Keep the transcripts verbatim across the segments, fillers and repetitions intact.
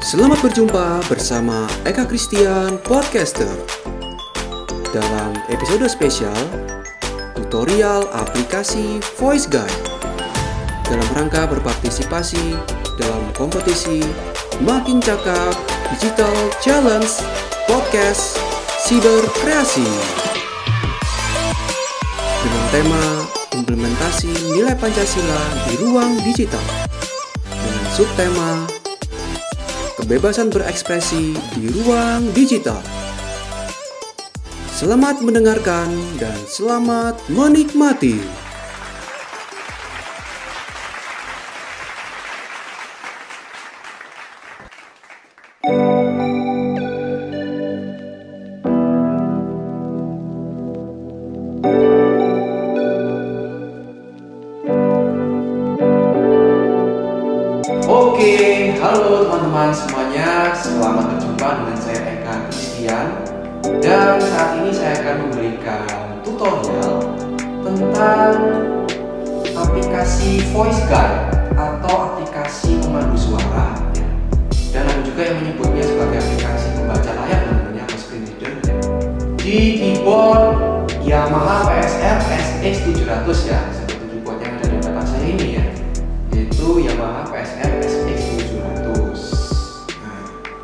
Selamat berjumpa bersama Eka Christian Podcaster. Dalam episode spesial tutorial aplikasi Voice Guide dalam rangka berpartisipasi dalam kompetisi Makin Cakap Digital Challenge Podcast Siber Kreasi dengan tema implementasi nilai Pancasila di ruang digital dengan subtema kebebasan berekspresi di ruang digital. Selamat mendengarkan dan selamat menikmati. Oke, halo teman-teman semuanya, selamat berjumpa dengan saya Eka Christian. Dan saat ini saya akan memberikan tutorial tentang aplikasi Voice Guide atau aplikasi pemandu suara ya. Dan ada juga yang menyebutnya sebagai aplikasi pembaca layar namanya atau screen reader ya. Di keyboard Yamaha P S R S X tujuh ratus ya, seperti keyboard yang ada di depan saya ini ya, yaitu Yamaha P S R S X tujuh ratus. Nah,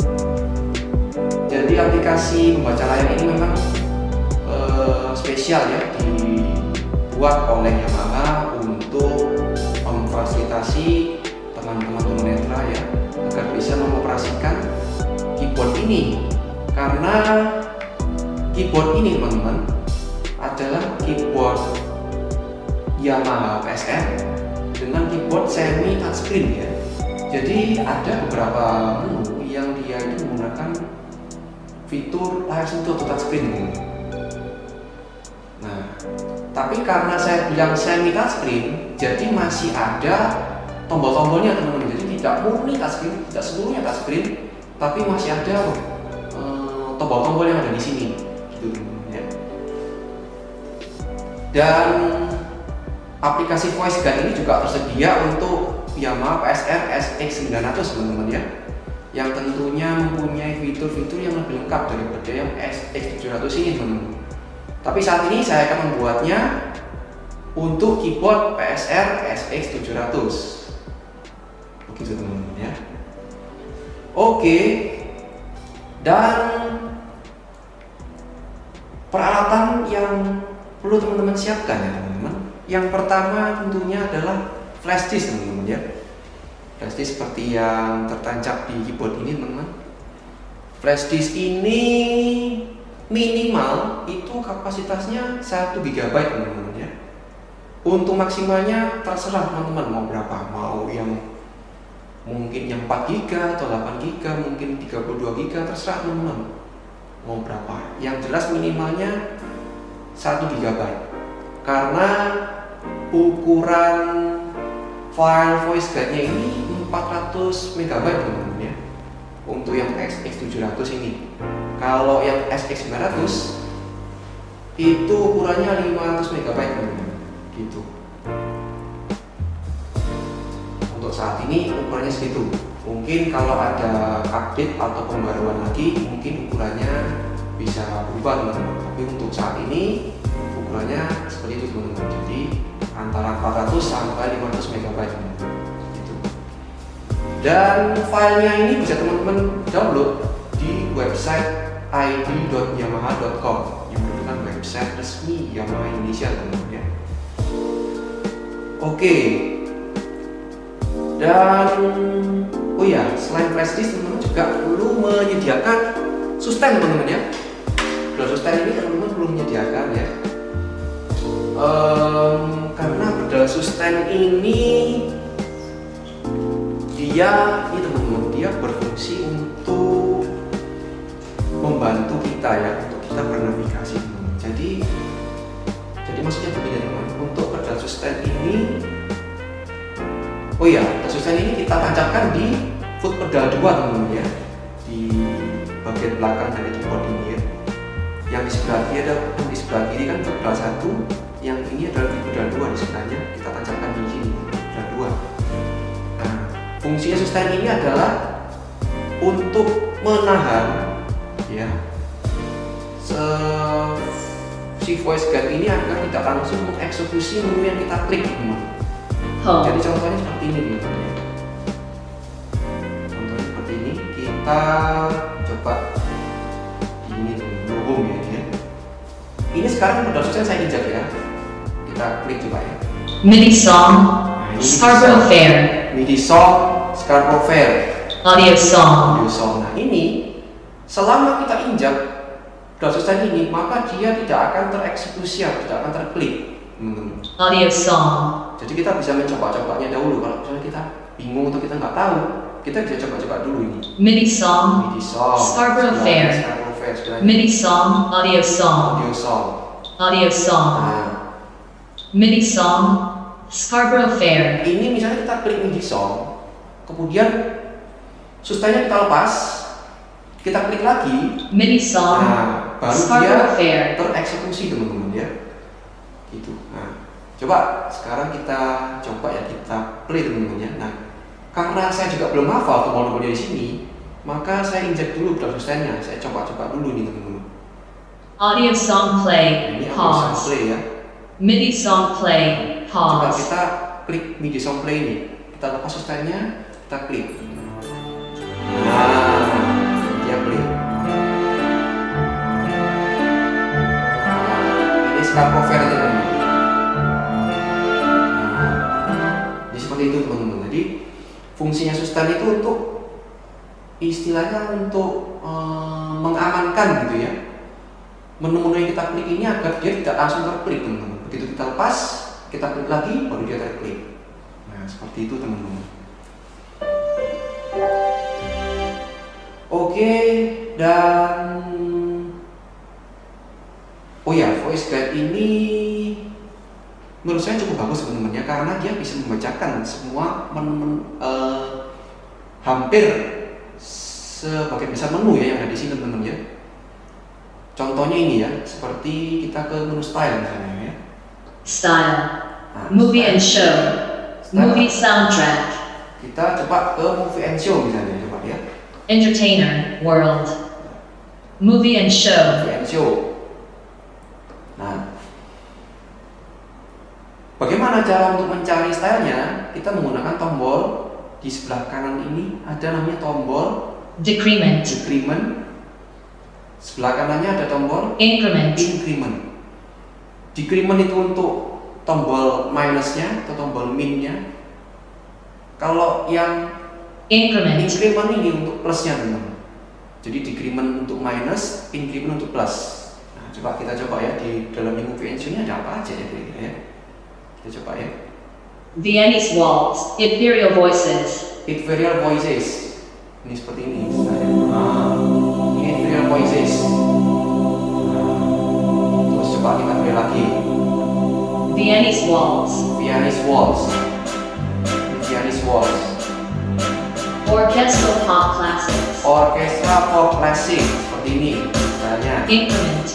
jadi aplikasi pembaca layar ini memang uh, spesial ya, dibuat oleh Yamaha untuk memfasilitasi teman-teman tunanetra ya agar bisa mengoperasikan keyboard ini, karena keyboard ini teman-teman adalah keyboard Yamaha P S R dengan keyboard semi touchscreen ya. Jadi ada beberapa menu yang dia itu menggunakan fitur layar sentuh atau touchscreen. Nah, tapi karena saya bilang semi touchscreen, jadi masih ada tombol-tombolnya teman-teman. Jadi tidak murni touchscreen, tidak seluruhnya touchscreen, tapi masih ada eh, tombol-tombol yang ada di sini, gitu ya. Dan aplikasi Voice Guide ini juga tersedia untuk Yamaha P S R S X sembilan ratus teman-teman ya, yang tentunya mempunyai fitur-fitur yang lebih lengkap daripada yang S X tujuh ratus ini teman-teman. Tapi saat ini saya akan membuatnya untuk keyboard P S R S X tujuh ratus. Begitu teman-teman ya. Oke. Dan peralatan yang perlu teman-teman siapkan ya teman-teman. Yang pertama tentunya adalah flash disk teman-teman ya. Flash disk seperti yang tertancap di keyboard ini teman-teman. Flash disk ini minimal itu kapasitasnya satu giga byte teman-teman ya. Untuk maksimalnya terserah teman-teman mau berapa, mau yang mungkin yang empat giga atau delapan giga, mungkin tiga puluh dua giga, terserah teman-teman mau berapa. Yang jelas minimalnya satu giga byte. Karena ukuran file voice guide-nya ini empat ratus megabyte teman-teman ya, untuk yang S X tujuh ratus ini. Kalau yang S X sembilan ratus itu ukurannya lima ratus megabyte teman-teman, gitu. Untuk saat ini ukurannya segitu. Mungkin kalau ada update atau pembaruan lagi, mungkin ukurannya bisa berubah teman-teman. Tapi untuk saat ini ukurannya seperti itu teman-teman. Jadi antara empat ratus sampai lima ratus megabyte gitu. Dan filenya ini bisa teman-teman download di website i d dot yamaha dot com yang merupakan website resmi Yamaha Indonesia teman-teman ya. Oke. Dan oh ya, selain flash disk teman-teman juga perlu menyediakan sustain teman-teman ya. Kalau sustain ini teman-teman belum menyediakan ya. Um, karena pedal sustain ini dia ini teman-teman, dia berfungsi untuk membantu kita ya, untuk kita bernavigasi teman-teman. Jadi jadi maksudnya begini teman, untuk pedal sustain ini oh ya, pedal sustain ini kita tancapkan di foot pedal dua teman-teman ya, di bagian belakang dari keyboard ini ya. Yang di sebelah kiri ada, yang di sebelah kiri kan pedal satu, yang ini adalah pedal dua di sebelahnya, kita tancapkan di sini pedal dua. Nah, fungsinya sustain ini adalah untuk menahan ya se si voice guide ini agar tidak langsung mengeksekusi menu yang kita klik teman. Home. Jadi contohnya seperti ini teman-teman. Contohnya seperti ini, kita coba ini tuh home ya dia. Ini sekarang udah selesai saya injak ya. Kita klik coba ya. MIDI song, Nah, ini Scarborough MIDI Fair, MIDI song, Scarborough Fair, audio song, audio song. Nah ini selama kita injak udah selesai ini, maka dia tidak akan tereksekusi, tidak akan terklik. Hmm. audio song, Jadi kita bisa mencoba-cobanya dahulu. Kalau misalnya kita bingung atau kita nggak tahu, kita bisa coba-coba dulu ini. MIDI song, MIDI song, Scarborough sebelah- Fair. Scarborough Fair, sebelah ini. MIDI song, audio song, Audio song. audio song, Nah, MIDI song, Scarborough Fair, ini misalnya kita klik MIDI song, kemudian sustainnya kita lepas, kita klik lagi, MIDI song, nah baru dia Scarborough Fair, tereksekusi teman-teman ya. Gitu. Nah, coba sekarang kita coba ya kita play teman-teman ya. Nah, karena saya juga belum hafal tombol-tombolnya di sini, maka saya injek dulu drum sustainnya. Saya coba-coba dulu nih teman-teman. audio song Nah, play, ini aku bisa pause, play ya. MIDI song play, Coba pause, kita klik MIDI song play ini. Kita lepas sustainnya, kita klik. Nah, dia play. Nah, ini Scarborough Fair teman-teman. Nah, jadi seperti itu teman-teman. Jadi fungsinya sustain itu untuk istilahnya untuk eh, mengamankan gitu ya. Menu-menu yang kita klik ini agar dia tidak langsung terklik teman-teman. Begitu kita lepas, kita klik lagi baru dia terklik. Nah seperti itu teman-teman. Oke, dan oh ya, voice guide ini menurut saya cukup bagus teman-teman ya, karena dia bisa membacakan semua menu eh, hampir sebagian besar menu ya yang ada di sini teman-teman ya. Contohnya ini ya, seperti kita ke menu style misalnya ya. style, Nah, movie and style. show, Style. movie soundtrack, Kita coba ke movie and show misalnya, coba ya. entertainer, world, movie and show, Movie and show. Nah, bagaimana cara untuk mencari stylenya? Kita menggunakan tombol di sebelah kanan ini ada namanya tombol decrement, decrement. Sebelah kanannya ada tombol increment, increment. Decrement itu untuk tombol minusnya atau tombol minnya. Kalau yang increment, increment ini untuk plusnya teman. Jadi decrement untuk minus, increment untuk plus. Nah, coba kita coba ya di dalam movie and show-nya ada apa aja ya kira-kira ya. Kita coba ya. Viennese waltz, imperial voices, Inferior voices. Ini seperti ini. Nah, ini inferior voices. Nah, terus coba kita pilih lagi. Viennese waltz, Viennese waltz. Viennese waltz. orchestral pop classics, Orkestra pop klasik seperti ini. Misalnya increment,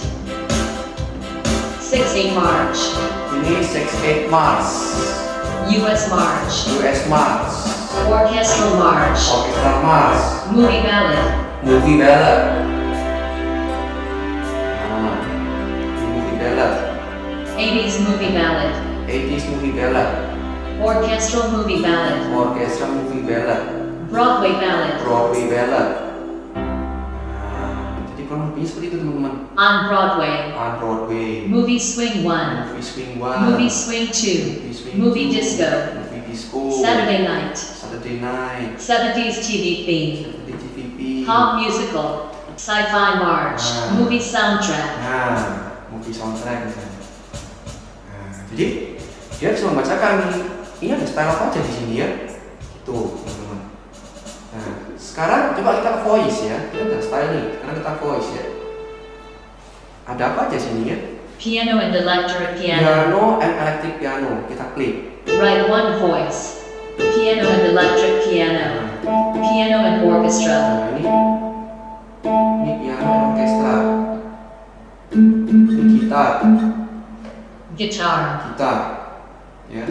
six eight march, ini six eight March, U S march, U S March, orchestral march, Orchestra March, movie ballad, Movie ballad. Nah, ini movie ballad. eighties movie ballad, eighties movie ballad. orchestral movie ballad, Orkestra movie ballad. Broadway ballad, Broadway ballad. Nah, jadi kurang lebih seperti itu teman-teman. on Broadway, On Broadway, movie swing one, movie swing one, movie swing two, movie swing movie two, disco, movie disco, Saturday night, Saturday night, seventies T V theme, Saturday T V P, pop musical, sci-fi march, Ah. movie soundtrack, nah, movie soundtrack misalnya. Nah, jadi dia bisa membacakan nih, ini ada style apa aja di sini ya, tuh teman-teman. Nah, sekarang coba kita ke voice ya, kita udah style nih, sekarang kita voice ya. Ada apa aja sini ya? piano and electric piano, Piano and electric piano, kita klik. write one voice, piano and electric piano, piano and orchestra, Nah ini, ini piano dan orkestra. Ini gitar, guitar, gitar, ya.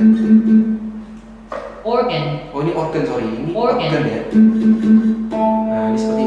organ, Oh ini organ sorry, ini Organ. organ ya. Nah ini seperti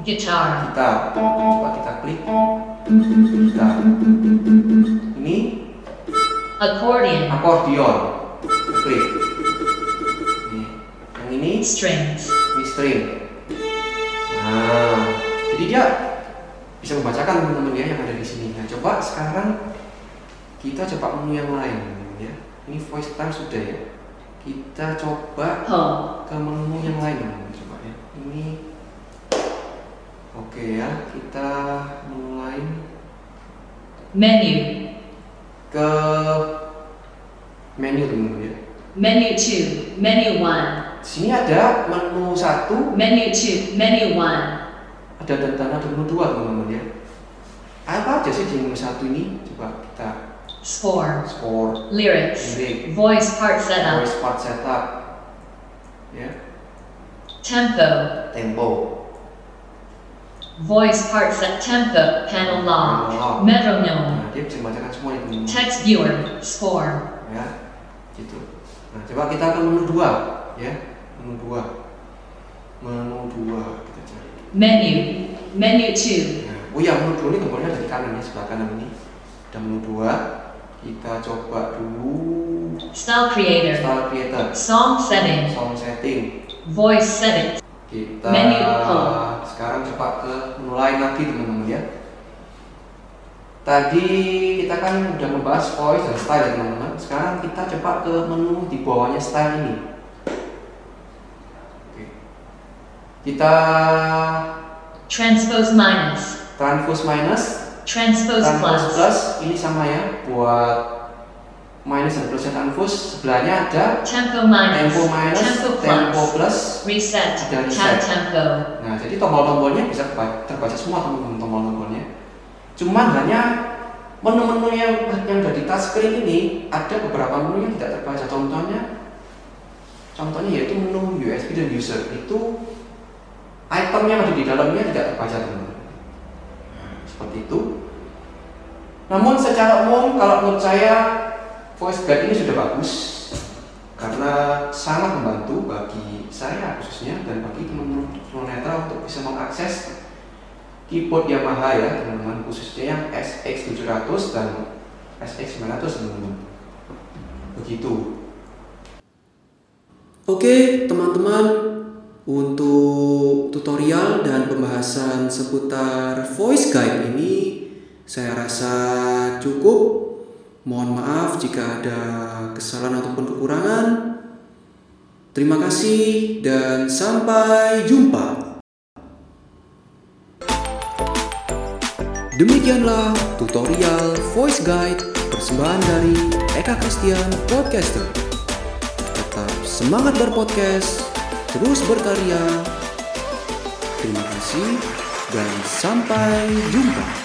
Guitar. Gitar. Coba kita klik. Gitar. Ini Accordion. akordeon. Kita klik. Nih. Yang ini Strings. ini string. Nah, jadi dia bisa membacakan teman-teman ya yang ada di sini. Nah, coba sekarang kita coba menu yang lain ya. Ini voice time sudah ya. Kita coba Home. ke menu yang lain teman-teman, coba ya. Ini oke ya. Kita menu lain Menu. ke menu teman-teman ya. Menu two. Menu one. Di sini ada menu satu, Menu two. Menu one. ada dan ada menu dua teman-teman ya. Apa aja sih di menu satu ini? Coba kita Score. score, Lyrics. lirik, Voice part setup. voice part setup, ya, Tempo. tempo, Voice part set. Tempo. Panel log. Panel log. Metronome. Nah, dia bisa membacakan semua itu teman-teman. Text viewer. Score. Ya, gitu. Nah, coba kita ke menu dua, ya, menu dua, menu dua kita cari. Menu. Menu two. Nah, oh ya, menu dua ini gambarnya ada di kanan ya, sebelah kanan ini. Ada menu dua. Kita coba dulu Style creator. style creator, Song setting. song setting. Voice settings. Kita Menu home. sekarang coba ke menu lain lagi teman-teman ya. Tadi kita kan udah membahas voice dan style ya teman-teman. Sekarang kita coba ke menu di bawahnya style ini. Oke. Kita Transpose minus. transpose minus, Transpose transpose plus. plus, ini sama ya buat minus dan plusnya transpose. Sebelahnya ada Tempo minus. tempo minus, Tempo tempo plus. plus. Reset. Ada Tab reset. tempo. Nah, jadi tombol-tombolnya bisa terba- terbaca semua teman-teman tombol-tombolnya. Cuman hanya menu-menu yang yang ada di touchscreen ini ada beberapa menu yang tidak terbaca. Contohnya, contohnya yaitu menu U S B dan user itu item yang ada di dalamnya tidak terbaca teman-teman. Seperti itu. Namun secara umum kalau menurut saya voice guide ini sudah bagus karena sangat membantu bagi saya khususnya dan bagi teman-teman tunanetra untuk bisa mengakses keyboard Yamaha ya teman-teman, khususnya yang S X tujuh ratus dan S X sembilan ratus teman-teman. Begitu. Oke teman-teman, untuk tutorial dan pembahasan seputar voice guide ini saya rasa cukup. Mohon maaf jika ada kesalahan ataupun kekurangan. Terima kasih dan sampai jumpa. Demikianlah tutorial voice guide persembahan dari Eka Christian Podcaster. Tetap semangat berpodcast, terus berkarya. Terima kasih dan sampai jumpa.